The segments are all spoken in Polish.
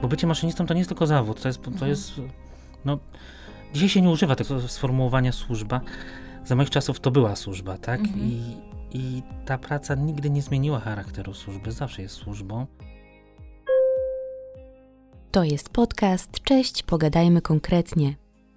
Bo bycie maszynistą to nie jest tylko zawód, to jest no, dzisiaj się nie używa tego sformułowania służba. Za moich czasów to była służba, tak? I ta praca nigdy nie zmieniła charakteru służby, zawsze jest służbą. To jest podcast Cześć, pogadajmy konkretnie.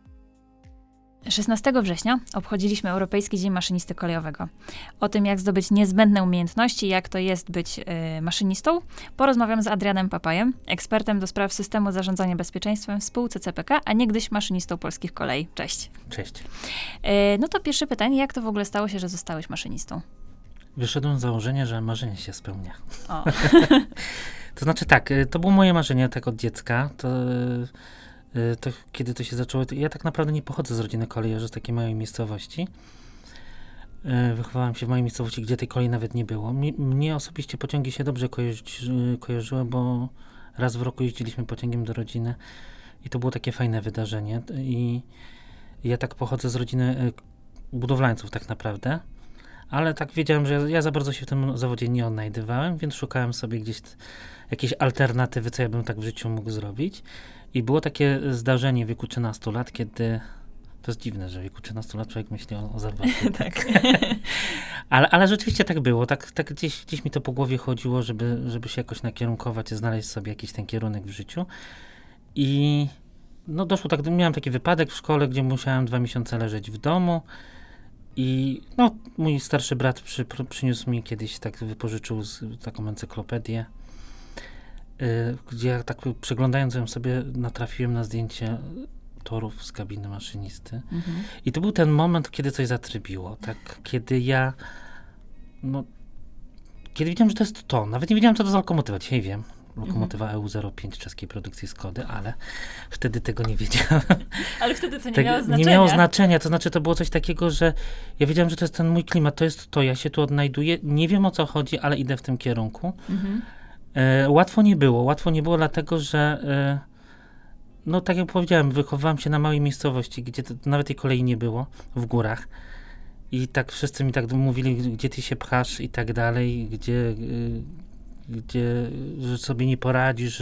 16 września obchodziliśmy Europejski Dzień Maszynisty Kolejowego. O tym, jak zdobyć niezbędne umiejętności, jak to jest być maszynistą, porozmawiam z Adrianem Papajem, ekspertem do spraw systemu zarządzania bezpieczeństwem w spółce CPK, a niegdyś maszynistą Polskich Kolei. Cześć. Cześć. No to pierwsze pytanie, jak to w ogóle stało się, że zostałeś maszynistą? Wyszedłem z założenia, że marzenie się spełnia. O. To znaczy tak, to było moje marzenie tak od dziecka. To kiedy to się zaczęło, ja tak naprawdę nie pochodzę z rodziny kolejarzy, z takiej małej miejscowości. Wychowałem się w małej miejscowości, gdzie tej kolei nawet nie było. Mnie osobiście pociągi się dobrze kojarzyły, bo raz w roku jeździliśmy pociągiem do rodziny i to było takie fajne wydarzenie. I ja tak pochodzę z rodziny budowlańców tak naprawdę, ale tak wiedziałem, że ja za bardzo się w tym zawodzie nie odnajdywałem, więc szukałem sobie gdzieś jakiejś alternatywy, co ja bym tak w życiu mógł zrobić. I było takie zdarzenie w wieku 13 lat, kiedy... To jest dziwne, że w wieku 13 lat człowiek myśli o zawodzie. Tak. ale rzeczywiście tak było. Tak gdzieś mi to po głowie chodziło, żeby się jakoś nakierunkować, znaleźć sobie jakiś ten kierunek w życiu. I no doszło tak, miałem taki wypadek w szkole, gdzie musiałem 2 miesiące leżeć w domu. I no, mój starszy brat przyniósł mi kiedyś, tak wypożyczył taką encyklopedię, gdzie ja tak przeglądając ją sobie natrafiłem na zdjęcie torów z kabiny maszynisty. I to był ten moment, kiedy coś zatrybiło, tak? Kiedy widziałem, że to jest to. Nawet nie wiedziałem, co to za lokomotywa. Dzisiaj wiem. Lokomotywa EU05 czeskiej produkcji Skody, ale wtedy tego nie wiedziałem. Ale wtedy to nie miało znaczenia. Nie miało znaczenia, to znaczy to było coś takiego, że ja wiedziałem, że to jest ten mój klimat, to jest to, ja się tu odnajduję, nie wiem o co chodzi, ale idę w tym kierunku. Łatwo nie było, dlatego że no tak jak powiedziałem, wychowywałem się na małej miejscowości, gdzie nawet tej kolei nie było, w górach. I tak wszyscy mi tak mówili, gdzie ty się pchasz i tak dalej, że sobie nie poradzisz,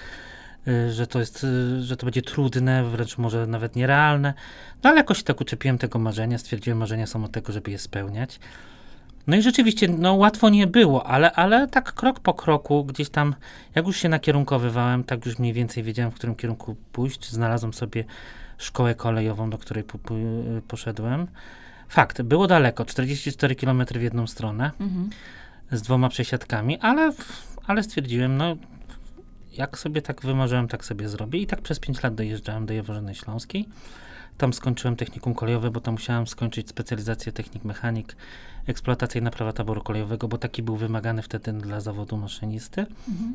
że to będzie trudne, wręcz może nawet nierealne. No ale jakoś tak uczepiłem tego marzenia, stwierdziłem, marzenia są od tego, żeby je spełniać. No i rzeczywiście, no łatwo nie było, ale tak krok po kroku, gdzieś tam, jak już się nakierunkowywałem, tak już mniej więcej wiedziałem, w którym kierunku pójść. Znalazłem sobie szkołę kolejową, do której poszedłem. Fakt, było daleko, 44 km w jedną stronę, z 2 przesiadkami, ale stwierdziłem, no jak sobie tak wymarzyłem, tak sobie zrobię. I tak przez 5 lat dojeżdżałem do Jaworzyny Śląskiej. Tam skończyłem technikum kolejowe, bo tam musiałem skończyć specjalizację technik mechanik, eksploatacyjna prawa taboru kolejowego, bo taki był wymagany wtedy dla zawodu maszynisty.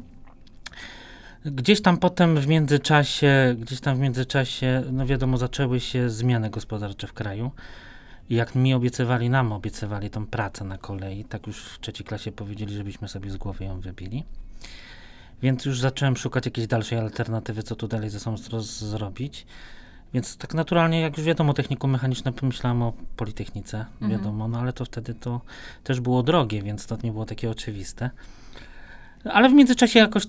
Gdzieś tam potem w międzyczasie, no wiadomo, zaczęły się zmiany gospodarcze w kraju. I jak nam obiecywali tą pracę na kolei, tak już w 3. klasie powiedzieli, żebyśmy sobie z głowy ją wybili. Więc już zacząłem szukać jakiejś dalszej alternatywy, co tu dalej ze sobą zrobić. Więc tak naturalnie, jak już wiadomo, technikum mechaniczne, pomyślałem o Politechnice, wiadomo, no ale to wtedy to też było drogie, więc to nie było takie oczywiste. Ale w międzyczasie jakoś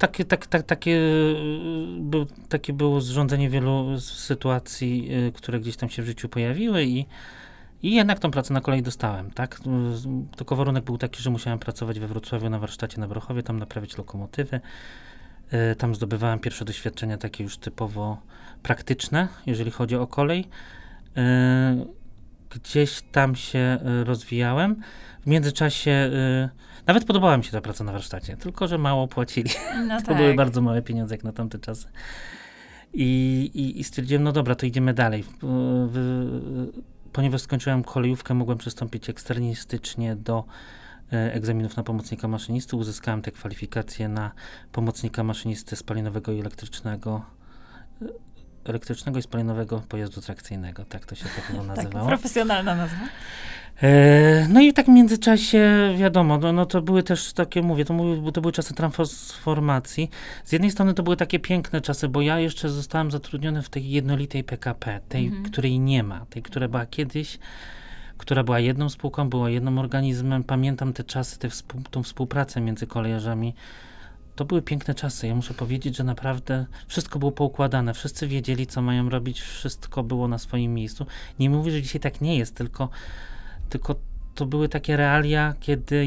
takie było zrządzenie wielu sytuacji, które gdzieś tam się w życiu pojawiły i jednak tą pracę na kolei dostałem, tak? Tylko warunek był taki, że musiałem pracować we Wrocławiu na warsztacie na Brochowie, tam naprawiać lokomotywy. Tam zdobywałem pierwsze doświadczenia takie już typowo praktyczne, jeżeli chodzi o kolej. Gdzieś tam się rozwijałem. W międzyczasie nawet podobała mi się ta praca na warsztacie, tylko że mało płacili. No to tak. były bardzo małe pieniądze jak na tamte czasy. I stwierdziłem, no dobra, to idziemy dalej. Ponieważ skończyłem kolejówkę, mogłem przystąpić eksternistycznie do egzaminów na pomocnika maszynisty. Uzyskałem te kwalifikacje na pomocnika maszynisty spalinowego i elektrycznego i spalinowego pojazdu trakcyjnego. Tak to się to chyba nazywało. Tak, profesjonalna nazwa. No i tak w międzyczasie, wiadomo, no to były też takie, to były czasy transformacji. Z jednej strony to były takie piękne czasy, bo ja jeszcze zostałem zatrudniony w tej jednolitej PKP, tej, której nie ma, tej, która była kiedyś, która była jedną spółką, była jednym organizmem. Pamiętam te czasy, tą współpracę między kolejarzami. to były piękne czasy. Ja muszę powiedzieć, że naprawdę wszystko było poukładane. Wszyscy wiedzieli, co mają robić. Wszystko było na swoim miejscu. Nie mówię, że dzisiaj tak nie jest, tylko to były takie realia, kiedy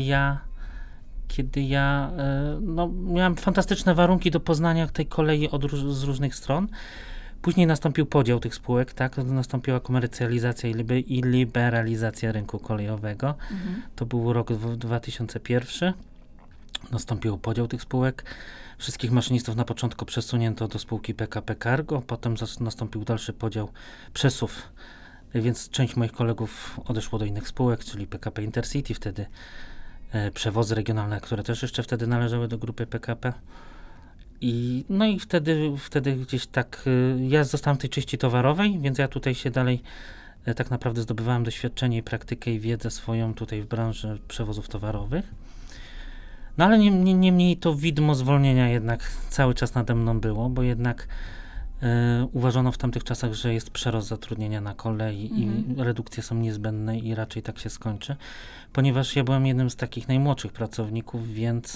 ja no, miałem fantastyczne warunki do poznania tej kolei z różnych stron. Później nastąpił podział tych spółek, tak? Nastąpiła komercjalizacja i liberalizacja rynku kolejowego. To był rok 2001. Nastąpił podział tych spółek. Wszystkich maszynistów na początku przesunięto do spółki PKP Cargo, potem nastąpił dalszy podział, przesuw, więc część moich kolegów odeszło do innych spółek, czyli PKP Intercity, wtedy przewozy regionalne, które też jeszcze wtedy należały do grupy PKP. No i wtedy gdzieś tak, ja zostałem w tej części towarowej, więc ja tutaj się dalej tak naprawdę zdobywałem doświadczenie i praktykę i wiedzę swoją tutaj w branży przewozów towarowych. No ale niemniej to widmo zwolnienia jednak cały czas nade mną było, bo jednak uważano w tamtych czasach, że jest przerost zatrudnienia na kolei i redukcje są niezbędne i raczej tak się skończy. Ponieważ ja byłem jednym z takich najmłodszych pracowników,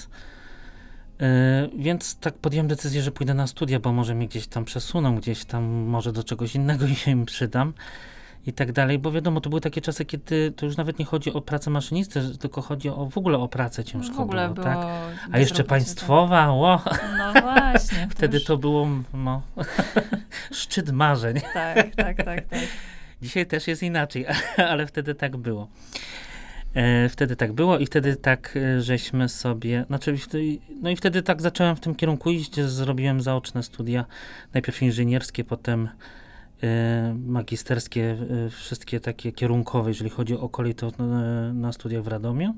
więc tak podjąłem decyzję, że pójdę na studia, bo może mnie gdzieś tam przesuną, gdzieś tam może do czegoś innego i się im przydam i tak dalej, bo wiadomo, to były takie czasy, kiedy to już nawet nie chodzi o pracę maszynisty, tylko chodzi w ogóle o pracę ciężko w ogóle było, tak? A jeszcze bezrobocie, państwowa, tak. No właśnie. Wtedy to było szczyt marzeń. Tak. Dzisiaj też jest inaczej, ale wtedy tak było. Wtedy tak było i wtedy tak żeśmy sobie, no i wtedy tak zacząłem w tym kierunku iść, zrobiłem zaoczne studia, najpierw inżynierskie, potem magisterskie, wszystkie takie kierunkowe, jeżeli chodzi o kolej, to na studiach w Radomiu.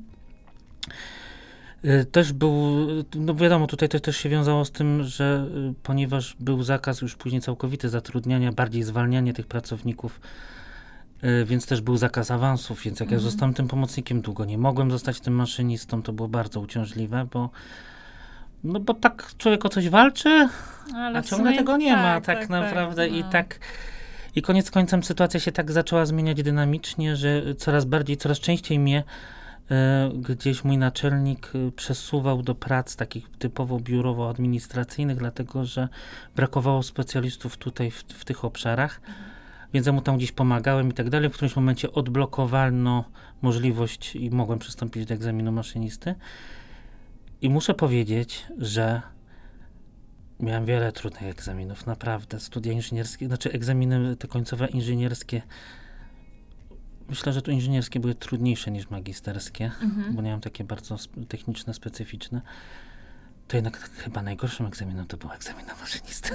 Też no wiadomo, tutaj to też się wiązało z tym, że ponieważ był zakaz już później całkowity zatrudniania, bardziej zwalnianie tych pracowników, więc też był zakaz awansów, więc jak ja zostałem tym pomocnikiem, długo nie mogłem zostać tym maszynistą, to było bardzo uciążliwe, bo tak człowiek o coś walczy, Ale a w ciągle sumie tego nie ma tak, tak naprawdę no. i koniec końcem sytuacja się tak zaczęła zmieniać dynamicznie, że coraz częściej mnie gdzieś mój naczelnik przesuwał do prac takich typowo biurowo-administracyjnych, dlatego że brakowało specjalistów tutaj w tych obszarach. Więc ja mu tam gdzieś pomagałem i tak dalej. W którymś momencie odblokowano możliwość i mogłem przystąpić do egzaminu maszynisty. I muszę powiedzieć, że miałem wiele trudnych egzaminów, naprawdę. Studia inżynierskie, egzaminy te końcowe inżynierskie. Myślę, że tu inżynierskie były trudniejsze niż magisterskie, bo miałem takie bardzo techniczne, specyficzne. To jednak chyba najgorszym egzaminem to był egzamin na maszynistę.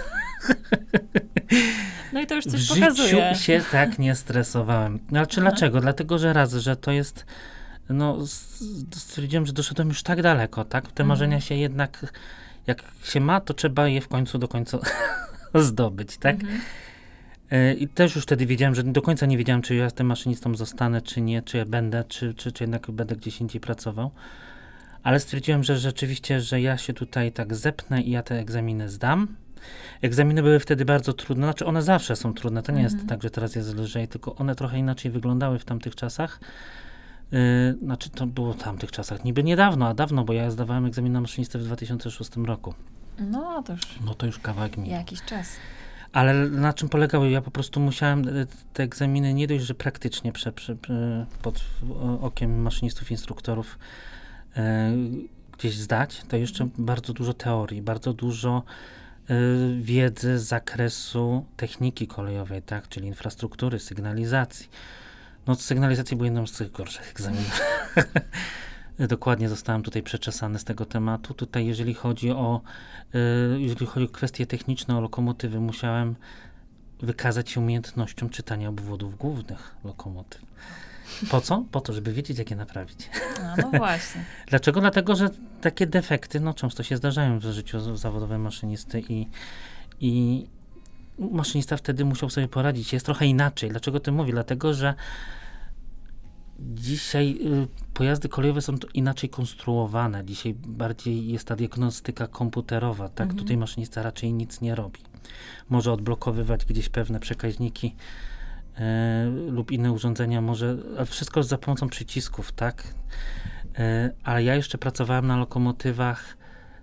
No i to już coś w pokazuje. życiu się tak nie stresowałem. Dlaczego? Dlatego, że że to jest, stwierdziłem, że doszedłem już tak daleko, tak? Te marzenia się jednak, jak się ma, to trzeba je w końcu do końca zdobyć, tak? I też już wtedy wiedziałem, że do końca nie wiedziałem, czy ja z tym maszynistą zostanę, czy nie, czy ja będę, czy jednak będę gdzieś indziej pracował. Ale stwierdziłem, że rzeczywiście, że ja się tutaj tak zepnę i ja te egzaminy zdam. Egzaminy były wtedy bardzo trudne, one zawsze są trudne, to nie jest tak, że teraz jest lżej, tylko one trochę inaczej wyglądały w tamtych czasach. To było w tamtych czasach, niby niedawno, a dawno, bo ja zdawałem egzamin na maszynistę w 2006 roku. No to już kawałek mi. jakiś czas. Ale na czym polegały? Ja po prostu musiałem te egzaminy nie dość, że praktycznie pod okiem maszynistów, instruktorów gdzieś zdać, to jeszcze bardzo dużo teorii, bardzo dużo wiedzy z zakresu techniki kolejowej, tak, czyli infrastruktury, sygnalizacji. Sygnalizacja była jedną z tych gorszych egzaminów. Dokładnie zostałem tutaj przeczesany z tego tematu. Tutaj jeżeli chodzi o kwestie techniczne, o lokomotywy, musiałem wykazać się umiejętnością czytania obwodów głównych lokomotyw. Po co? Po to, żeby wiedzieć, jak je naprawić. No właśnie. Dlaczego? Dlatego, że takie defekty często się zdarzają w życiu zawodowym maszynisty i maszynista wtedy musiał sobie poradzić. Jest trochę inaczej. Dlaczego tym mówię? Dlatego, że dzisiaj pojazdy kolejowe są inaczej konstruowane. Dzisiaj bardziej jest ta diagnostyka komputerowa. Tak? Tutaj maszynista raczej nic nie robi. Może odblokowywać gdzieś pewne przekaźniki lub inne urządzenia, ale wszystko za pomocą przycisków, tak? Ale ja jeszcze pracowałem na lokomotywach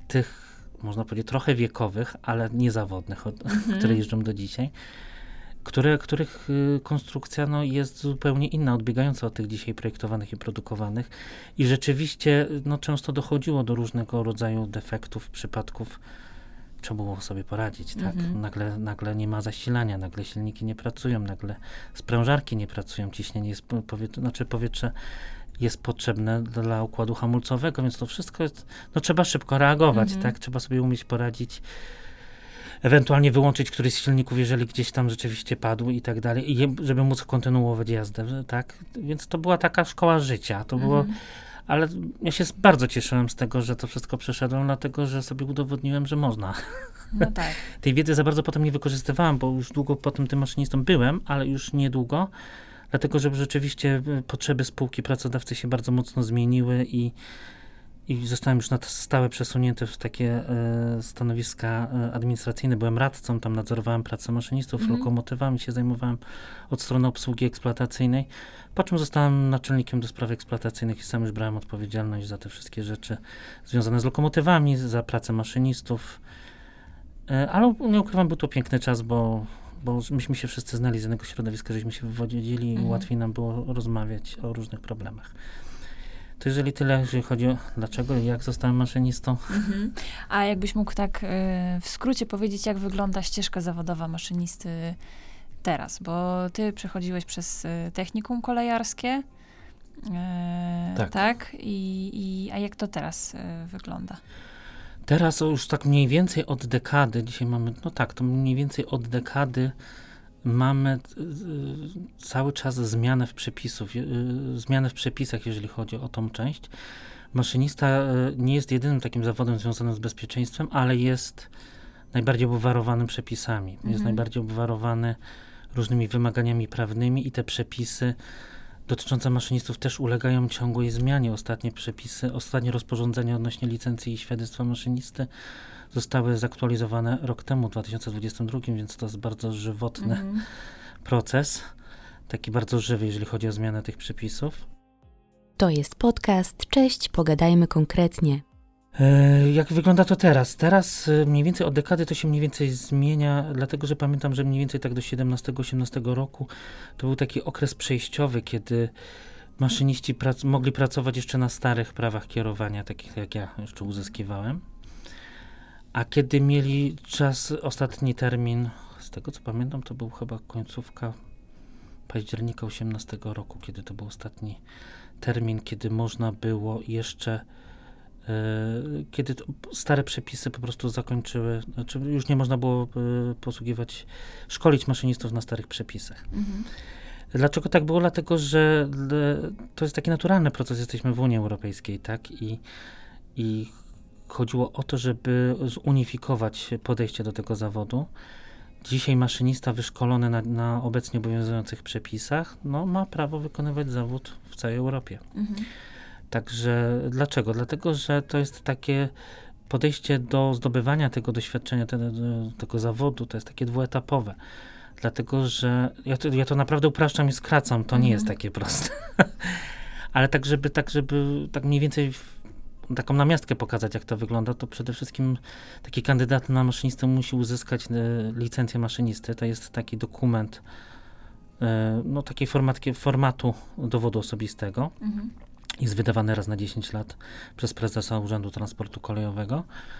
tych, można powiedzieć, trochę wiekowych, ale niezawodnych, które jeżdżą do dzisiaj, których konstrukcja no, jest zupełnie inna, odbiegająca od tych dzisiaj projektowanych i produkowanych. I rzeczywiście no, często dochodziło do różnego rodzaju defektów, przypadków. Trzeba było sobie poradzić, tak? Nagle nie ma zasilania, nagle silniki nie pracują, nagle sprężarki nie pracują, ciśnienie jest, powietrze jest potrzebne dla układu hamulcowego, więc to wszystko jest, no trzeba szybko reagować, tak? Trzeba sobie umieć poradzić, ewentualnie wyłączyć któryś z silników, jeżeli gdzieś tam rzeczywiście padł i tak dalej, żeby móc kontynuować jazdę, tak? Więc to była taka szkoła życia, to było, ale ja się bardzo cieszyłem z tego, że to wszystko przeszedłem, dlatego, że sobie udowodniłem, że można. No tak. Tej wiedzy za bardzo potem nie wykorzystywałem, bo już długo potem tym maszynistą byłem, ale już niedługo, dlatego, że rzeczywiście potrzeby spółki, pracodawcy się bardzo mocno zmieniły i zostałem już na stałe przesunięty w takie stanowiska administracyjne. Byłem radcą, tam nadzorowałem pracę maszynistów, lokomotywami się zajmowałem od strony obsługi eksploatacyjnej, po czym zostałem naczelnikiem do spraw eksploatacyjnych i sam już brałem odpowiedzialność za te wszystkie rzeczy związane z lokomotywami, za pracę maszynistów. Ale nie ukrywam, był to piękny czas, bo myśmy się wszyscy znali z jednego środowiska, żeśmy się wywodzili i łatwiej nam było rozmawiać o różnych problemach. To jeżeli tyle, jeżeli chodzi o dlaczego i jak zostałem maszynistą. A jakbyś mógł tak w skrócie powiedzieć, jak wygląda ścieżka zawodowa maszynisty teraz? Bo ty przechodziłeś przez technikum kolejarskie, tak? A jak to teraz wygląda? Teraz już tak mniej więcej od dekady, dzisiaj mamy, no tak, to mniej więcej od dekady mamy cały czas zmianę w przepisach, jeżeli chodzi o tą część. Maszynista nie jest jedynym takim zawodem związanym z bezpieczeństwem, ale jest najbardziej obwarowanym przepisami. Jest najbardziej obwarowany różnymi wymaganiami prawnymi i te przepisy dotyczące maszynistów też ulegają ciągłej zmianie. Ostatnie rozporządzenia odnośnie licencji i świadectwa maszynisty zostały zaktualizowane rok temu, w 2022, więc to jest bardzo żywotny proces, taki bardzo żywy, jeżeli chodzi o zmianę tych przepisów. To jest podcast Cześć, pogadajmy konkretnie. Jak wygląda to teraz? Teraz mniej więcej od dekady to się mniej więcej zmienia, dlatego że pamiętam, że mniej więcej tak do 17-18 roku to był taki okres przejściowy, kiedy maszyniści mogli pracować jeszcze na starych prawach kierowania, takich jak ja jeszcze uzyskiwałem. A kiedy mieli czas, ostatni termin, z tego co pamiętam, to był chyba końcówka października 18 roku, kiedy to był ostatni termin, kiedy można było jeszcze, kiedy stare przepisy po prostu zakończyły, znaczy już nie można było szkolić maszynistów na starych przepisach. Dlaczego tak było? Dlatego, że to jest taki naturalny proces, jesteśmy w Unii Europejskiej, tak? I chodziło o to, żeby zunifikować podejście do tego zawodu. Dzisiaj maszynista wyszkolony na obecnie obowiązujących przepisach, no, ma prawo wykonywać zawód w całej Europie. Także dlaczego? Dlatego, że to jest takie podejście do zdobywania tego doświadczenia, tego zawodu, to jest takie dwuetapowe. Dlatego, że ja to naprawdę upraszczam i skracam, to nie jest takie proste. Ale tak, żeby tak mniej więcej taką namiastkę pokazać, jak to wygląda, to przede wszystkim taki kandydat na maszynistę musi uzyskać licencję maszynisty. To jest taki dokument, no takiej formatu dowodu osobistego. Jest wydawany raz na 10 lat przez prezesa Urzędu Transportu Kolejowego.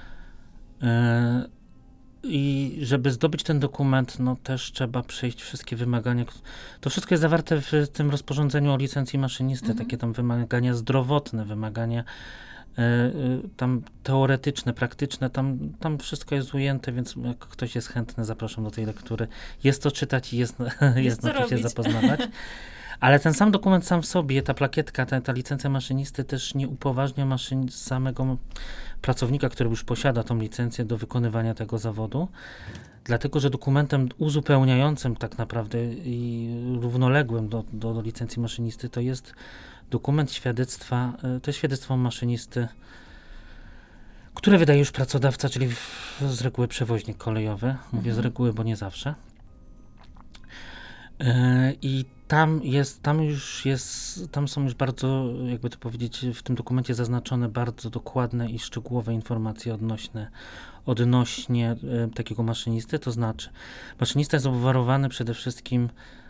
I żeby zdobyć ten dokument, no też trzeba przejść wszystkie wymagania. To wszystko jest zawarte w tym rozporządzeniu o licencji maszynisty. Takie tam wymagania zdrowotne, wymagania tam teoretyczne, praktyczne, tam wszystko jest ujęte, więc jak ktoś jest chętny, zapraszam do tej lektury. Jest to czytać i jest na co się zapoznawać. Ale ten sam dokument sam w sobie, ta plakietka, ta licencja maszynisty też nie upoważnia samego pracownika, który już posiada tą licencję do wykonywania tego zawodu. Dlatego, że dokumentem uzupełniającym tak naprawdę i równoległym do licencji maszynisty to jest dokument świadectwa, to jest świadectwo maszynisty, które wydaje już pracodawca, czyli z reguły przewoźnik kolejowy. Mówię z reguły, bo nie zawsze. I Tam są już bardzo, jakby to powiedzieć, w tym dokumencie zaznaczone bardzo dokładne i szczegółowe informacje odnośnie takiego maszynisty, to znaczy maszynista jest obwarowany przede wszystkim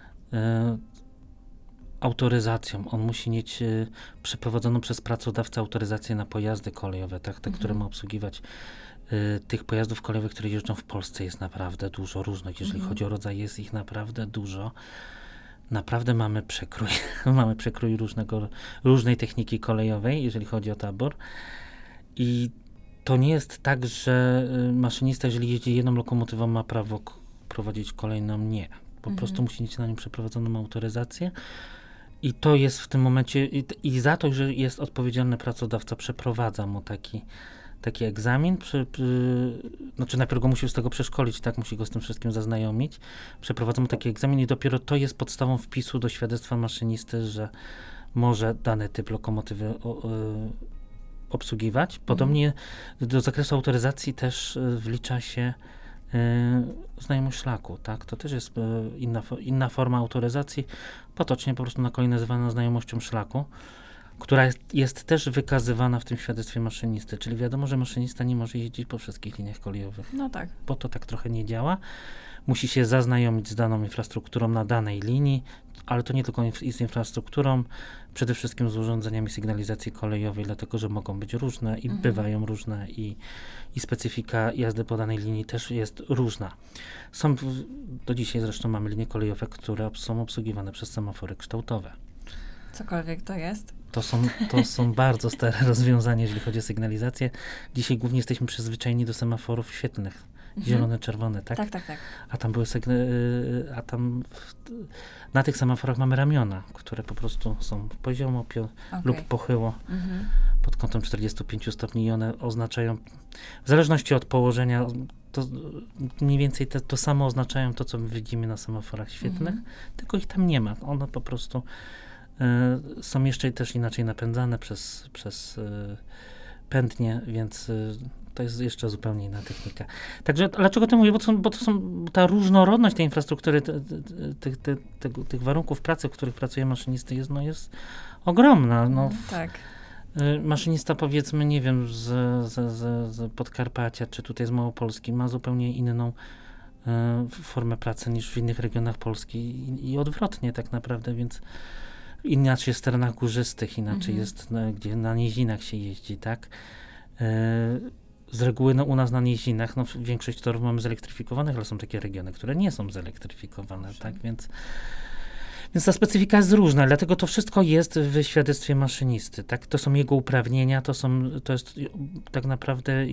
autoryzacją. On musi mieć przeprowadzoną przez pracodawcę autoryzację na pojazdy kolejowe, tak, te, które ma obsługiwać. Tych pojazdów kolejowych, które jeżdżą w Polsce, jest naprawdę dużo różnych. Jeżeli chodzi o rodzaj, jest ich naprawdę dużo. Naprawdę mamy przekrój, mamy przekrój różnej techniki kolejowej, jeżeli chodzi o tabor. I to nie jest tak, że maszynista, jeżeli jeździ jedną lokomotywą, ma prawo prowadzić kolejną. Nie. Po prostu musi mieć na nią przeprowadzoną autoryzację. I to jest w tym momencie, i za to, że jest odpowiedzialny pracodawca, przeprowadza mu taki egzamin, znaczy najpierw go musi z tego przeszkolić, tak, musi go z tym wszystkim zaznajomić, przeprowadza mu taki egzamin i dopiero to jest podstawą wpisu do świadectwa maszynisty, że może dany typ lokomotywy obsługiwać. Podobnie do zakresu autoryzacji też wlicza się znajomość szlaku, tak, to też jest inna forma autoryzacji, potocznie po prostu na kolei nazywana znajomością szlaku, która jest też wykazywana w tym świadectwie maszynisty, czyli wiadomo, że maszynista nie może jeździć po wszystkich liniach kolejowych. No tak. Bo to tak trochę nie działa. Musi się zaznajomić z daną infrastrukturą na danej linii, ale to nie tylko z infrastrukturą, przede wszystkim z urządzeniami sygnalizacji kolejowej, dlatego, że mogą być różne i bywają różne i specyfika jazdy po danej linii też jest różna. Do dzisiaj zresztą mamy linie kolejowe, które są obsługiwane przez semafory kształtowe. Cokolwiek to jest. To są bardzo stare rozwiązania, jeżeli chodzi o sygnalizację. Dzisiaj głównie jesteśmy przyzwyczajeni do semaforów świetlnych. Zielone, czerwone, tak? Tak. A tam na tych semaforach mamy ramiona, które po prostu są poziomo lub pochyło pod kątem 45 stopni i one oznaczają, w zależności od położenia, to mniej więcej to samo oznaczają to, co my widzimy na semaforach świetlnych, tylko ich tam nie ma. One po prostu są jeszcze też inaczej napędzane przez pętnie, więc to jest jeszcze zupełnie inna technika. Także dlaczego to mówię? Bo ta różnorodność tej infrastruktury, tych warunków pracy, w których pracuje maszynisty jest ogromna. Tak. Maszynista, powiedzmy, nie wiem, z Podkarpacia, czy tutaj z Małopolski, ma zupełnie inną formę pracy niż w innych regionach Polski i odwrotnie tak naprawdę, więc inaczej jest w terenach górzystych, inaczej jest, gdzie na nizinach się jeździ, tak? Z reguły u nas na nizinach, większość torów mamy zelektryfikowanych, ale są takie regiony, które nie są zelektryfikowane, tak? Więc ta specyfika jest różna, dlatego to wszystko jest w świadectwie maszynisty, tak? To są jego uprawnienia, to jest tak naprawdę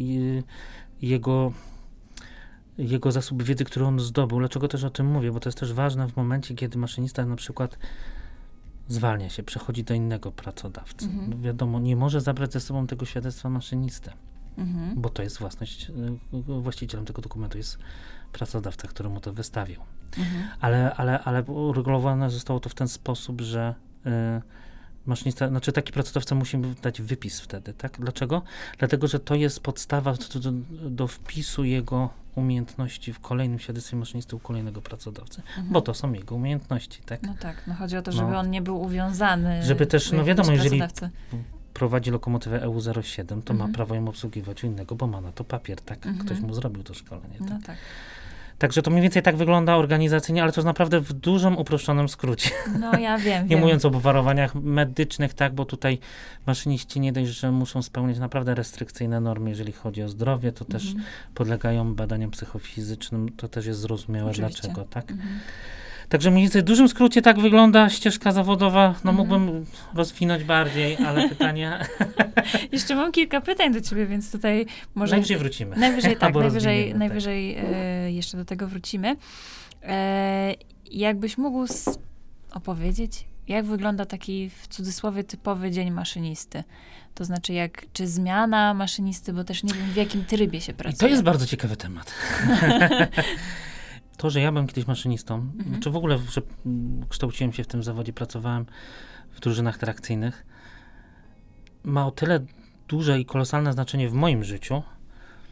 jego zasób wiedzy, który on zdobył. Dlaczego też o tym mówię? Bo to jest też ważne w momencie, kiedy maszynista na przykład zwalnia się, przechodzi do innego pracodawcy. Wiadomo, nie może zabrać ze sobą tego świadectwa maszynistę, bo to jest właścicielem tego dokumentu jest pracodawca, który mu to wystawił. Ale uregulowane zostało to w ten sposób, że maszynista, znaczy taki pracodawca musi dać wypis wtedy, tak? Dlaczego? Dlatego, że to jest podstawa do wpisu jego umiejętności w kolejnym świadectwie maszynisty u kolejnego pracodawcy, bo to są jego umiejętności, tak? No tak, chodzi o to, żeby on nie był uwiązany. Żeby też, wiadomo, jeżeli prowadzi lokomotywę EU07, to ma prawo ją obsługiwać u innego, bo ma na to papier, tak? Ktoś mu zrobił to szkolenie. Tak? No tak. Także to mniej więcej tak wygląda organizacyjnie, ale to jest naprawdę w dużym, uproszczonym skrócie. No ja wiem. Nie mówiąc o obwarowaniach medycznych, tak, bo tutaj maszyniści nie dość, że muszą spełniać naprawdę restrykcyjne normy, jeżeli chodzi o zdrowie, to też podlegają badaniom psychofizycznym, to też jest zrozumiałe dlaczego, tak. Także mniej więcej w dużym skrócie tak wygląda ścieżka zawodowa. Mógłbym rozwinąć bardziej, ale pytania... Jeszcze mam kilka pytań do ciebie, więc tutaj może... Najwyżej wrócimy. Najwyżej tak, najwyżej jeszcze do tego wrócimy. Jakbyś mógł opowiedzieć, jak wygląda taki w cudzysłowie typowy dzień maszynisty? To znaczy, czy zmiana maszynisty, bo też nie wiem, w jakim trybie się pracuje. I to jest bardzo ciekawy temat. To, że ja byłem kiedyś maszynistą, czy w ogóle, że kształciłem się w tym zawodzie, pracowałem w drużynach trakcyjnych, ma o tyle duże i kolosalne znaczenie w moim życiu,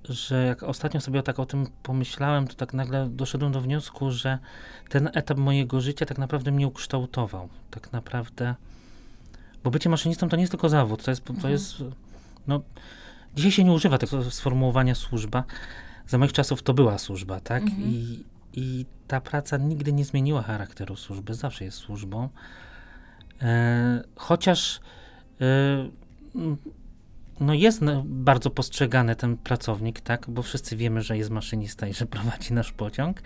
że jak ostatnio sobie tak o tym pomyślałem, to tak nagle doszedłem do wniosku, że ten etap mojego życia tak naprawdę mnie ukształtował. Tak naprawdę, bo bycie maszynistą to nie jest tylko zawód, to jest no, dzisiaj się nie używa tego sformułowania służba. Za moich czasów to była służba, tak? I ta praca nigdy nie zmieniła charakteru służby, zawsze jest służbą. Chociaż no jest bardzo postrzegany ten pracownik, tak? Bo wszyscy wiemy, że jest maszynista i że prowadzi nasz pociąg.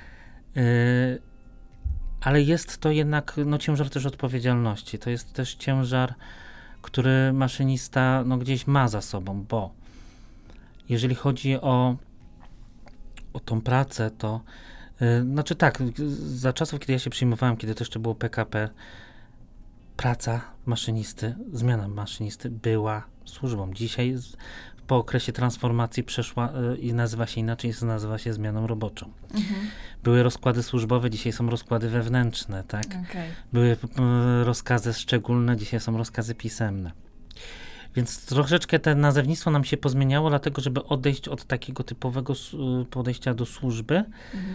Ale jest to jednak ciężar też odpowiedzialności. To jest też ciężar, który maszynista gdzieś ma za sobą, bo jeżeli chodzi o tą pracę, to znaczy tak, za czasów, kiedy ja się przyjmowałem, kiedy to jeszcze było PKP, praca maszynisty, zmiana maszynisty była służbą. Dzisiaj po okresie transformacji przeszła i nazywa się inaczej, nazywa się zmianą roboczą. Były rozkłady służbowe, dzisiaj są rozkłady wewnętrzne, tak? Były rozkazy szczególne, dzisiaj są rozkazy pisemne. Więc troszeczkę to nazewnictwo nam się pozmieniało, dlatego żeby odejść od takiego typowego podejścia do służby,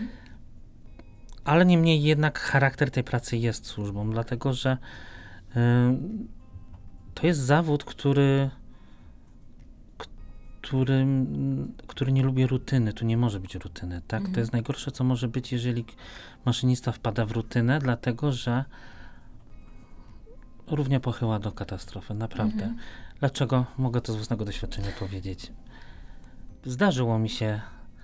ale niemniej jednak charakter tej pracy jest służbą, dlatego że to jest zawód, który nie lubi rutyny. Tu nie może być rutyny, tak? To jest najgorsze, co może być, jeżeli maszynista wpada w rutynę, dlatego że równie pochyła do katastrofy, naprawdę. Dlaczego? Mogę to z własnego doświadczenia powiedzieć. Zdarzyło mi się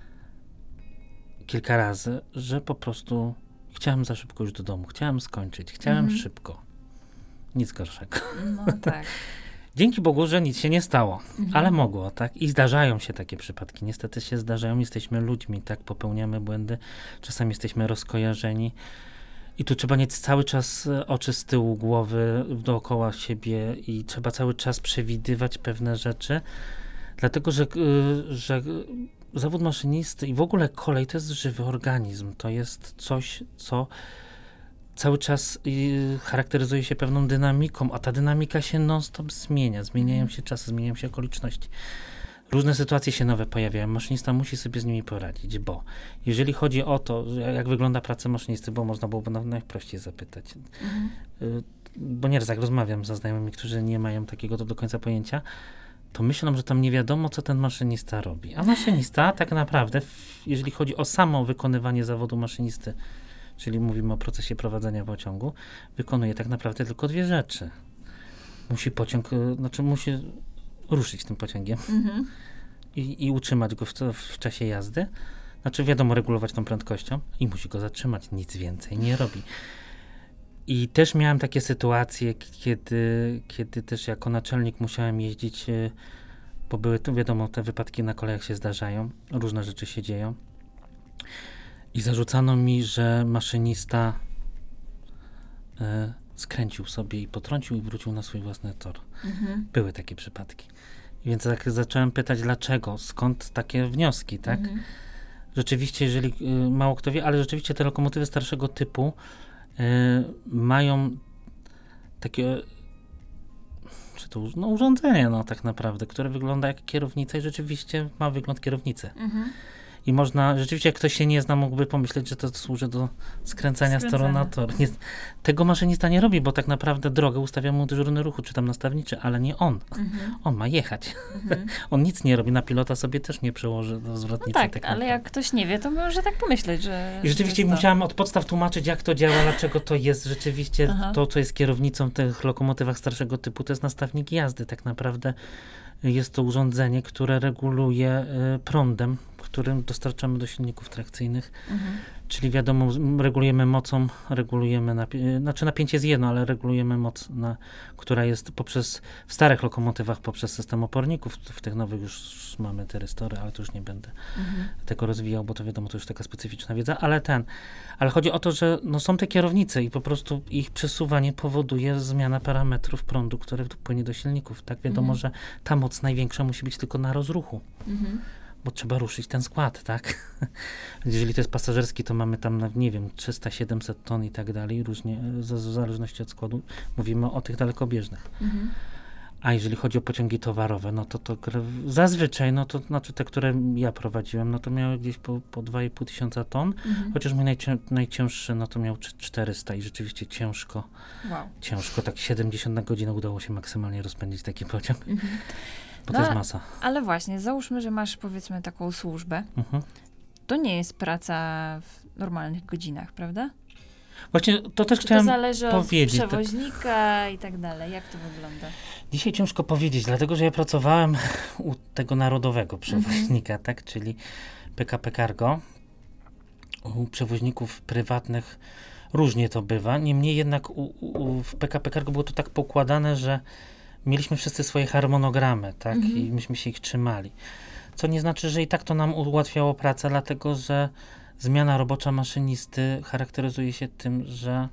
kilka razy, że po prostu chciałem za szybko już do domu, chciałem skończyć, chciałem szybko. Nic gorszego. No tak. Dzięki Bogu, że nic się nie stało, ale mogło, tak? I zdarzają się takie przypadki. Niestety się zdarzają, jesteśmy ludźmi, tak? Popełniamy błędy, czasami jesteśmy rozkojarzeni. I tu trzeba mieć cały czas oczy z tyłu głowy, dookoła siebie i trzeba cały czas przewidywać pewne rzeczy, dlatego, że zawód maszynisty i w ogóle kolej to jest żywy organizm. To jest coś, co cały czas charakteryzuje się pewną dynamiką, a ta dynamika się non-stop zmienia. Zmieniają się czasy, zmieniają się okoliczności. Różne sytuacje się nowe pojawiają. Maszynista musi sobie z nimi poradzić, bo jeżeli chodzi o to, jak wygląda praca maszynisty, bo można byłoby najprościej zapytać. Bo nieraz jak rozmawiam ze znajomymi, którzy nie mają takiego do końca pojęcia, to myślą, że tam nie wiadomo, co ten maszynista robi. A maszynista tak naprawdę, jeżeli chodzi o samo wykonywanie zawodu maszynisty, czyli mówimy o procesie prowadzenia pociągu, wykonuje tak naprawdę tylko dwie rzeczy. Musi ruszyć tym pociągiem i utrzymać go w czasie jazdy. Znaczy wiadomo, regulować tą prędkością i musi go zatrzymać. Nic więcej nie robi. I też miałem takie sytuacje, kiedy też jako naczelnik musiałem jeździć, bo były tu, wiadomo, te wypadki na kolejach się zdarzają, różne rzeczy się dzieją. I zarzucano mi, że maszynista skręcił sobie i potrącił i wrócił na swój własny tor. Były takie przypadki. Więc tak zacząłem pytać, dlaczego, skąd takie wnioski, tak? Rzeczywiście, jeżeli mało kto wie, ale rzeczywiście te lokomotywy starszego typu mają takie urządzenie, tak naprawdę, które wygląda jak kierownica i rzeczywiście ma wygląd kierownicy. I można, rzeczywiście jak ktoś się nie zna, mógłby pomyśleć, że to służy do skręcania z toru na tor. Tego maszynista nie robi, bo tak naprawdę drogę ustawia mu dyżurny ruchu, czy tam nastawniczy, ale nie on. On ma jechać. On nic nie robi, na pilota sobie też nie przełoży do zwrotnicy. No tak, ale jak ktoś nie wie, to może tak pomyśleć, że... I rzeczywiście musiałem od podstaw tłumaczyć, jak to działa, dlaczego to jest rzeczywiście to, co jest kierownicą w tych lokomotywach starszego typu, to jest nastawnik jazdy. Tak naprawdę jest to urządzenie, które reguluje prądem, którym dostarczamy do silników trakcyjnych. Czyli wiadomo, regulujemy mocą, regulujemy napięcie jest jedno, ale regulujemy moc, która jest w starych lokomotywach poprzez system oporników. W tych nowych już mamy tyrystory, ale to już nie będę tego rozwijał, bo to wiadomo, to już taka specyficzna wiedza, ale chodzi o to, że są te kierownice i po prostu ich przesuwanie powoduje zmianę parametrów prądu, który płynie do silników. Tak wiadomo, że ta moc największa musi być tylko na rozruchu. Bo trzeba ruszyć ten skład, tak? Jeżeli to jest pasażerski, to mamy tam, 300-700 ton i tak dalej, różnie, w zależności od składu. Mówimy o tych dalekobieżnych. A jeżeli chodzi o pociągi towarowe, no to zazwyczaj, no to znaczy te, które ja prowadziłem, no to miały gdzieś po 2,5 tysiąca ton, chociaż mój najcięższy, no to miał 400 i rzeczywiście ciężko, tak 70 na godzinę udało się maksymalnie rozpędzić taki pociąg, bo to jest masa. Ale właśnie, załóżmy, że masz powiedzmy taką służbę, to nie jest praca w normalnych godzinach, prawda? Właśnie to też Czy chciałem to zależy powiedzieć. od przewoźnika i tak dalej? Jak to wygląda? Dzisiaj ciężko powiedzieć, dlatego że ja pracowałem u tego narodowego przewoźnika, tak, czyli PKP Cargo. U przewoźników prywatnych różnie to bywa, niemniej jednak w PKP Cargo było to tak pokładane, że mieliśmy wszyscy swoje harmonogramy, tak, i myśmy się ich trzymali. Co nie znaczy, że i tak to nam ułatwiało pracę, dlatego że zmiana robocza maszynisty charakteryzuje się tym, że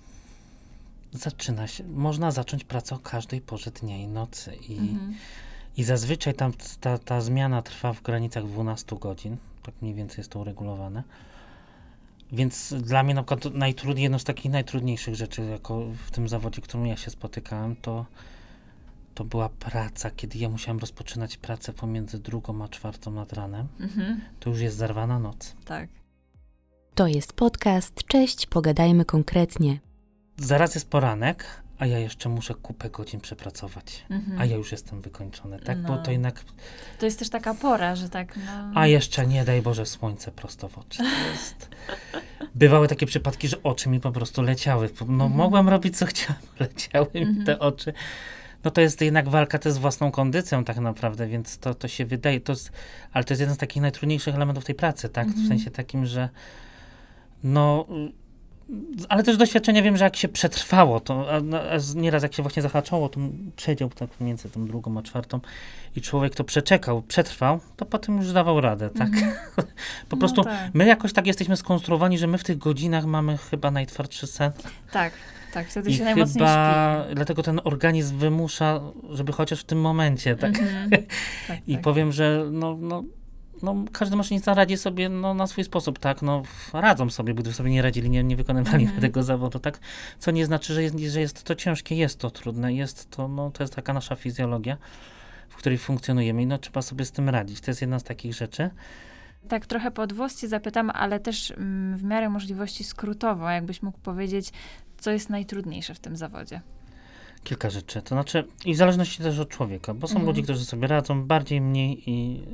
można zacząć pracę o każdej porze dnia i nocy. I zazwyczaj ta zmiana trwa w granicach 12 godzin. Tak mniej więcej jest to uregulowane. Więc dla mnie na przykład jedną z takich najtrudniejszych rzeczy jako w tym zawodzie, którym ja się spotykałem, to była praca, kiedy ja musiałem rozpoczynać pracę pomiędzy 2 a 4 nad ranem. To już jest zarwana noc. Tak. To jest podcast Cześć, pogadajmy konkretnie. Zaraz jest poranek, a ja jeszcze muszę kupę godzin przepracować. A ja już jestem wykończony, tak? Bo to jednak... To jest też taka pora, że tak... A jeszcze nie daj Boże słońce prosto w oczy. To jest... Bywały takie przypadki, że oczy mi po prostu leciały. No mogłem robić co chciałem, leciały mi te oczy. No to jest jednak walka też z własną kondycją tak naprawdę, więc to się wydaje, ale to jest jeden z takich najtrudniejszych elementów tej pracy, tak? W sensie takim, że no, ale też z doświadczenia wiem, że jak się przetrwało, to a nieraz jak się właśnie zahaczało, to przedział tak między tą 2 a 4 i człowiek to przetrwał, to potem już dawał radę, tak? Po prostu my jakoś tak jesteśmy skonstruowani, że my w tych godzinach mamy chyba najtwardszy sen. Tak, wtedy I się najmocniej śpi. Dlatego ten organizm wymusza, żeby chociaż w tym momencie, tak? I tak. powiem, że każdy maszynista radzi sobie na swój sposób, tak? Radzą sobie, gdyby sobie nie radzili, nie wykonywali tego zawodu, tak? Co nie znaczy, że jest to ciężkie, jest to trudne, to jest taka nasza fizjologia, w której funkcjonujemy i trzeba sobie z tym radzić. To jest jedna z takich rzeczy. Tak trochę po odwłości zapytam, ale też w miarę możliwości skrótowo, jakbyś mógł powiedzieć, co jest najtrudniejsze w tym zawodzie? Kilka rzeczy. To znaczy, i w zależności też od człowieka, bo są ludzie, którzy sobie radzą bardziej, mniej i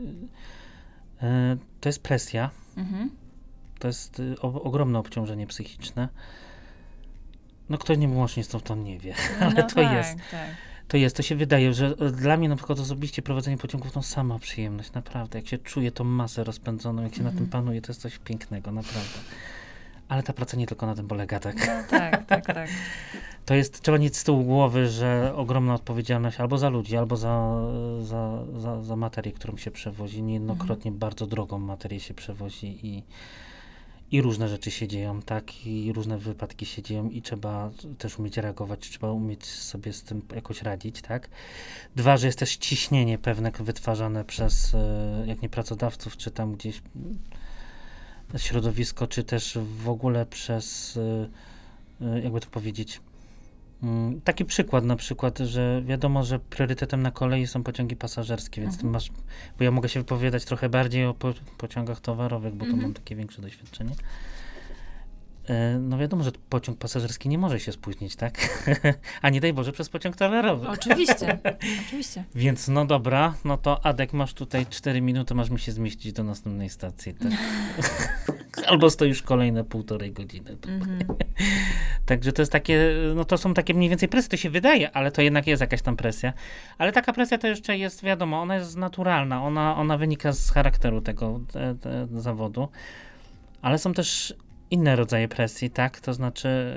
to jest presja. To jest ogromne obciążenie psychiczne. Ktoś nie był maszynistą, to on nie wie, ale to jest. Tak. To się wydaje, że dla mnie na przykład osobiście prowadzenie pociągów to sama przyjemność, naprawdę. Jak się czuje tą masę rozpędzoną, jak się na tym panuje, to jest coś pięknego, naprawdę. Ale ta praca nie tylko na tym polega, tak? Tak. To jest, trzeba mieć z tyłu głowy, że ogromna odpowiedzialność albo za ludzi, albo za materię, którą się przewozi. Niejednokrotnie bardzo drogą materię się przewozi i różne rzeczy się dzieją, tak? I różne wypadki się dzieją i trzeba też umieć reagować, trzeba umieć sobie z tym jakoś radzić, tak? 2, że jest też ciśnienie pewne wytwarzane przez, jak nie pracodawców, czy tam gdzieś środowisko, czy też w ogóle przez, jakby to powiedzieć, taki przykład na przykład, że wiadomo, że priorytetem na kolei są pociągi pasażerskie, więc bo ja mogę się wypowiadać trochę bardziej o pociągach towarowych, bo to mam takie większe doświadczenie. Wiadomo, że pociąg pasażerski nie może się spóźnić, tak? A nie daj Boże przez pociąg towarowy. Oczywiście. Więc dobra, to Adek, masz tutaj 4 minuty, masz mi się zmieścić do następnej stacji, tak? Albo stoisz kolejne 1,5 godziny. Także to jest takie, to są takie mniej więcej presje, to się wydaje, ale to jednak jest jakaś tam presja. Ale taka presja to jeszcze jest, wiadomo, ona jest naturalna, ona wynika z charakteru tego zawodu. Ale są też inne rodzaje presji, tak? To znaczy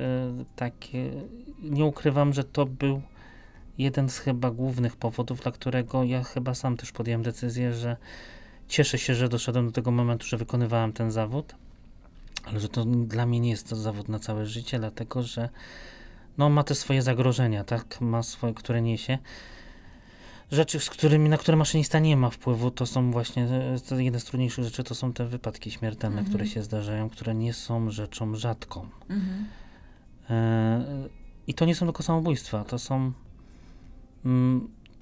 nie ukrywam, że to był jeden z chyba głównych powodów, dla którego ja chyba sam też podjąłem decyzję, że cieszę się, że doszedłem do tego momentu, że wykonywałem ten zawód, ale że to dla mnie nie jest to zawód na całe życie, dlatego że ma te swoje zagrożenia, tak? Ma swoje, które niesie. Rzeczy, na które maszynista nie ma wpływu, to są właśnie, jedna z trudniejszych rzeczy, to są te wypadki śmiertelne, które się zdarzają, które nie są rzeczą rzadką. I to nie są tylko samobójstwa, to są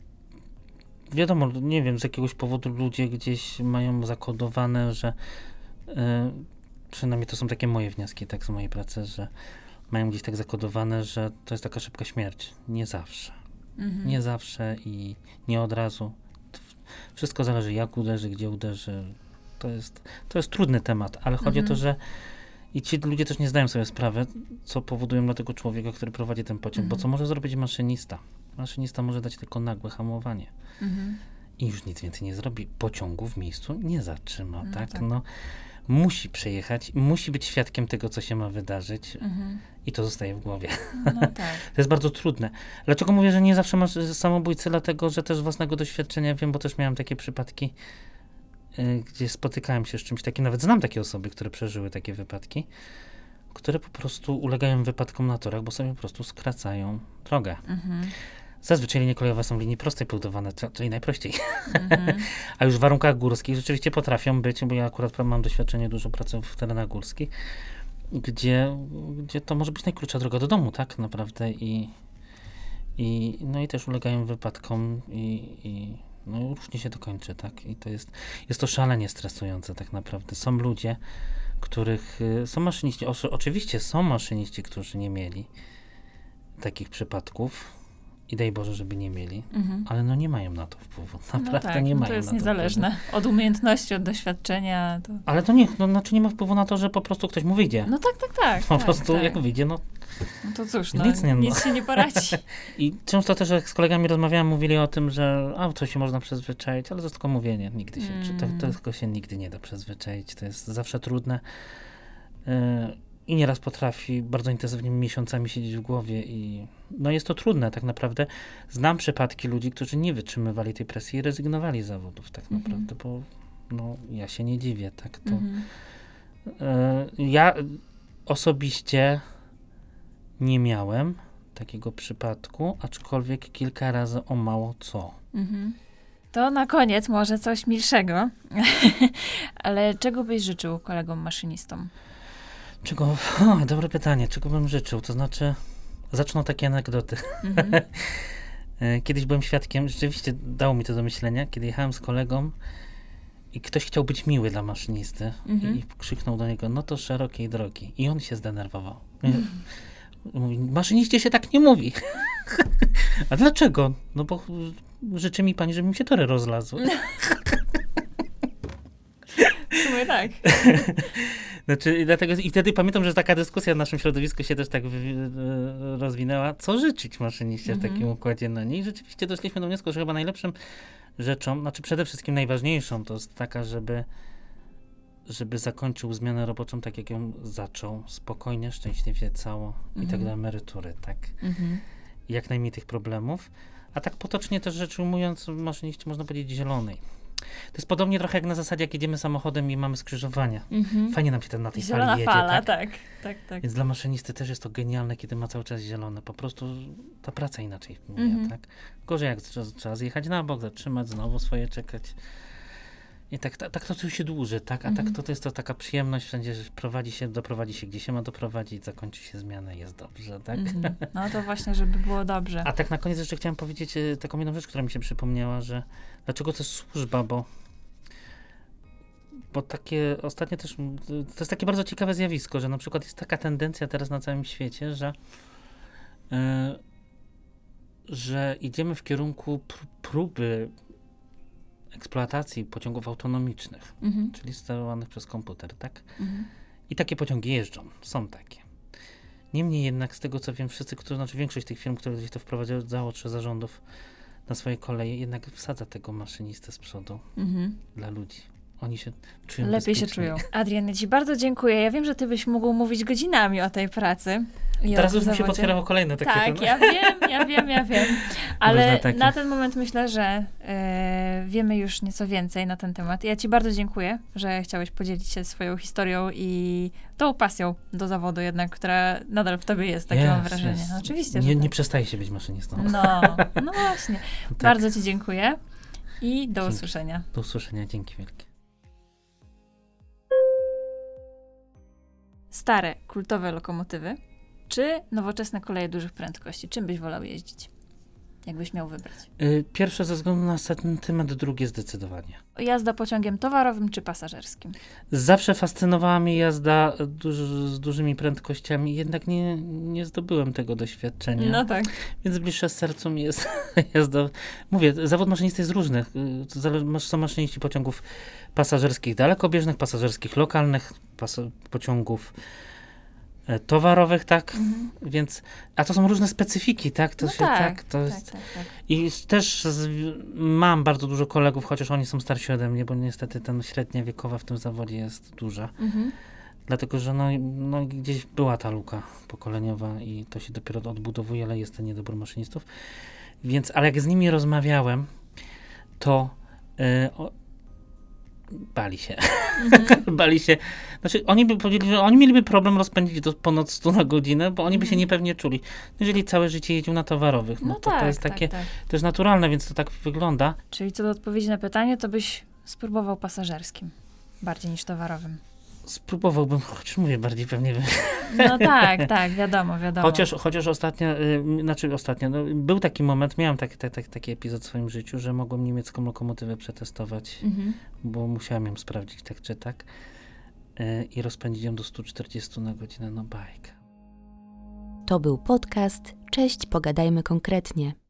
wiadomo, nie wiem, z jakiegoś powodu ludzie gdzieś mają zakodowane, że przynajmniej to są takie moje wnioski, tak, z mojej pracy, że mają gdzieś tak zakodowane, że to jest taka szybka śmierć. Nie zawsze. Nie zawsze i nie od razu. Wszystko zależy, jak uderzy, gdzie uderzy. To jest trudny temat, ale chodzi o to, że i ci ludzie też nie zdają sobie sprawy, co powodują dla tego człowieka, który prowadzi ten pociąg, bo co może zrobić maszynista? Maszynista może dać tylko nagłe hamowanie. I już nic więcej nie zrobi. Pociągu w miejscu nie zatrzyma, tak? No, musi przejechać, musi być świadkiem tego, co się ma wydarzyć i to zostaje w głowie. No tak. To jest bardzo trudne. Dlaczego mówię, że nie zawsze masz samobójcy? Dlatego, że też z własnego doświadczenia wiem, bo też miałem takie przypadki, gdzie spotykałem się z czymś takim, nawet znam takie osoby, które przeżyły takie wypadki, które po prostu ulegają wypadkom na torach, bo sobie po prostu skracają drogę. Zazwyczaj linie kolejowe są w linii prostej budowane, czyli najprościej. A już w warunkach górskich rzeczywiście potrafią być, bo ja akurat mam doświadczenie, dużo pracy w terenach górskich, gdzie to może być najkrótsza droga do domu, tak naprawdę. No i też ulegają wypadkom i no różnie się to kończy, tak. I to jest to szalenie stresujące tak naprawdę. Są ludzie, których są maszyniści, oczywiście są maszyniści, którzy nie mieli takich przypadków. I daj Boże, żeby nie mieli, ale no nie mają na to wpływu. Naprawdę nie mają. To jest na to niezależne wpływu. od umiejętności, od doświadczenia. To... Ale to znaczy nie ma wpływu na to, że po prostu ktoś mu wyjdzie. No tak. Po prostu jak wyjdzie, No to cóż, nic się nie poradzi. I często też jak z kolegami rozmawiałem, mówili o tym, że to się można przyzwyczaić, ale to jest tylko mówienie. Nigdy się, to tylko się nigdy nie da przyzwyczaić. To jest zawsze trudne. I nieraz potrafi bardzo intensywnie miesiącami siedzieć w głowie i no jest to trudne tak naprawdę. Znam przypadki ludzi, którzy nie wytrzymywali tej presji i rezygnowali z zawodów tak naprawdę, bo no ja się nie dziwię, tak to. Ja osobiście nie miałem takiego przypadku, aczkolwiek kilka razy o mało co. To na koniec może coś milszego, ale czego byś życzył kolegom maszynistom? Dobre pytanie. Czego bym życzył? To znaczy, zacznę takie anegdoty. Kiedyś byłem świadkiem, rzeczywiście dało mi to do myślenia, kiedy jechałem z kolegą i ktoś chciał być miły dla maszynisty i krzyknął do niego, no to szerokiej drogi. I on się zdenerwował. Mówi, maszyniście się tak nie mówi. A dlaczego? No bo życzy mi pani, żeby mi się tory rozlazły. W sumie tak. Znaczy, dlatego, i wtedy pamiętam, że taka dyskusja w naszym środowisku się też tak rozwinęła. Co życzyć maszyniście w takim układzie na niej? Rzeczywiście doszliśmy do wniosku, że chyba najlepszą rzeczą, znaczy przede wszystkim najważniejszą, to jest taka, żeby zakończył zmianę roboczą tak, jak ją zaczął. Spokojnie, szczęśliwie, cało i tak do emerytury, tak? I jak najmniej tych problemów. A tak potocznie też rzecz ujmując, maszyniście można powiedzieć zielonej. To jest podobnie trochę jak na zasadzie, jak jedziemy samochodem i mamy skrzyżowania. Fajnie nam się na tej Zielona fali jedzie, fala, tak? Tak. Więc dla maszynisty też jest to genialne, kiedy ma cały czas zielone. Po prostu ta praca inaczej mija, tak? Gorzej jak trzeba zjechać na bok, zatrzymać, znowu swoje czekać. I tak to się dłuży, tak? A tak to jest to taka przyjemność wszędzie, że doprowadzi się, gdzie się ma doprowadzić, zakończy się zmiana i jest dobrze, tak? No to właśnie, żeby było dobrze. A tak na koniec jeszcze chciałem powiedzieć taką jedną rzecz, która mi się przypomniała, że dlaczego to jest służba, bo takie ostatnio też, to jest takie bardzo ciekawe zjawisko, że na przykład jest taka tendencja teraz na całym świecie, że idziemy w kierunku próby eksploatacji pociągów autonomicznych, czyli sterowanych przez komputer, tak? I takie pociągi jeżdżą, są takie. Niemniej jednak z tego co wiem, większość tych firm, które gdzieś to wprowadzało czy zarządów na swoje koleje, jednak wsadza tego maszynistę z przodu dla ludzi. Oni się czują lepiej się bezpiecznie. czują. Adrian, ja ci bardzo dziękuję. Ja wiem, że ty byś mógł mówić godzinami o tej pracy. Teraz już mi się potwierało kolejne takie Tak, ja wiem. Ale takie. na ten moment myślę, że wiemy już nieco więcej na ten temat. Ja ci bardzo dziękuję, że chciałeś podzielić się swoją historią i tą pasją do zawodu jednak, która nadal w tobie jest, takie mam wrażenie. No, oczywiście, że nie przestaje się być maszynistą. No właśnie. Tak. Bardzo ci dziękuję i do usłyszenia. Do usłyszenia, dzięki wielkie. Stare, kultowe lokomotywy, czy nowoczesne koleje dużych prędkości? Czym byś wolał jeździć? jakbyś miał wybrać? Pierwsze ze względu na sentyment, drugie zdecydowanie. Jazda pociągiem towarowym czy pasażerskim? Zawsze fascynowała mnie jazda z dużymi prędkościami, jednak nie zdobyłem tego doświadczenia. No tak. Więc bliższe sercu mi jest jazda. Mówię, zawód maszynisty jest różny. Są maszyniści pociągów pasażerskich dalekobieżnych, pasażerskich lokalnych, pociągów towarowych, tak? Więc, a to są różne specyfiki, tak? To No się, tak, to jest... tak. I też mam bardzo dużo kolegów, chociaż oni są starsi ode mnie, bo niestety ta średnia wiekowa w tym zawodzie jest duża. Dlatego, że no gdzieś była ta luka pokoleniowa i to się dopiero odbudowuje, ale jest ten niedobór maszynistów. Więc, ale jak z nimi rozmawiałem, to bali się. Bali się. Znaczy, oni by powiedzieli, że oni mieliby problem rozpędzić do ponad 100 na godzinę, bo oni by się niepewnie czuli. Jeżeli całe życie jeździł na towarowych, no to jest takie też naturalne, więc to tak wygląda. Czyli co do odpowiedzi na pytanie, to byś spróbował pasażerskim bardziej niż towarowym. Spróbowałbym, chociaż mówię, bardziej pewnie No tak, wiadomo. Chociaż ostatnio, był taki moment, miałem taki epizod w swoim życiu, że mogłem niemiecką lokomotywę przetestować, bo musiałem ją sprawdzić tak czy tak i rozpędzić ją do 140 na godzinę, no bajka. To był podcast Cześć, pogadajmy konkretnie.